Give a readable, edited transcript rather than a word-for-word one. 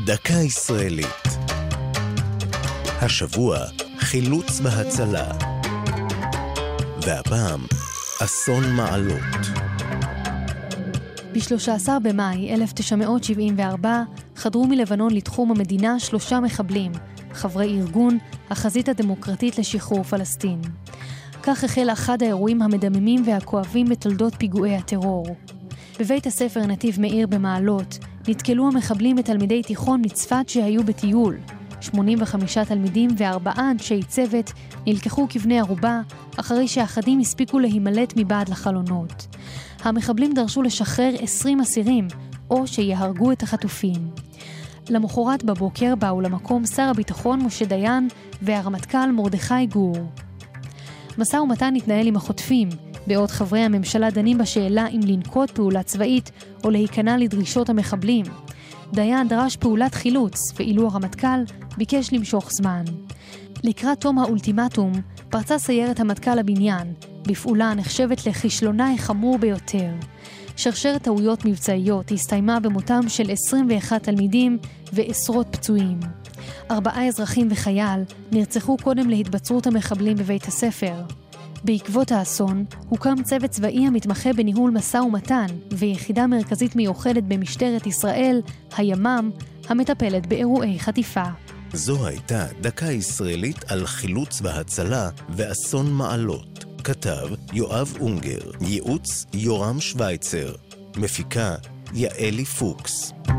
דקה ישראלית. השבוע חילוץ והצלה. והפעם אסון מעלות. ב-13 במאי 1974 חדרו מלבנון לתחום המדינה 3 מחבלים, חברי ארגון החזית הדמוקרטית לשחרור פלסטין. כך החל אחד האירועים המדממים והכואבים בתולדות פיגועי הטרור. בבית הספר נתיב מאיר במעלות נתקלו המחבלים בתלמידי תיכון מצפת שהיו בטיול. 85 תלמידים ו4 אנשי צוות נלקחו כבני ערובה אחרי שאחדים הספיקו להימלט מבעד לחלונות. המחבלים דרשו לשחרר 20 אסירים או שיהרגו את החטופים. למחרת בבוקר באו למקום שר הביטחון משה דיין והרמטכ"ל מרדכי גור. משא ומתן התנהל עם החוטפים, בעוד חברי הממשלה דנים בשאלה אם לנקוט פעולה צבאית או להיכנע לדרישות המחבלים. דיין דרש פעולת חילוץ, ואילו הרמטכ"ל ביקש למשוך זמן. לקראת תום האולטימטום פרצה סיירת המטכ"ל לבניין, בפעולה נחשבת לכישלונה החמור ביותר. שרשרת טעויות מבצעיות הסתיימה במותם של 21 תלמידים ועשרות פצועים. 4 אזרחים וחייל נרצחו קודם להתבצרות המחבלים בבית הספר. בעקבות האסון הוקם צוות צבאי המתמחה בניהול משא ומתן ויחידה מרכזית מיוחדת במשטרת ישראל, הימ"מ, המטפלת באירועי חטיפה. זו הייתה דקה ישראלית על חילוץ והצלה ואסון מעלות. כתב יואב אונגר, ייעוץ יורם שוויצר, מפיקה יעלי פוקס.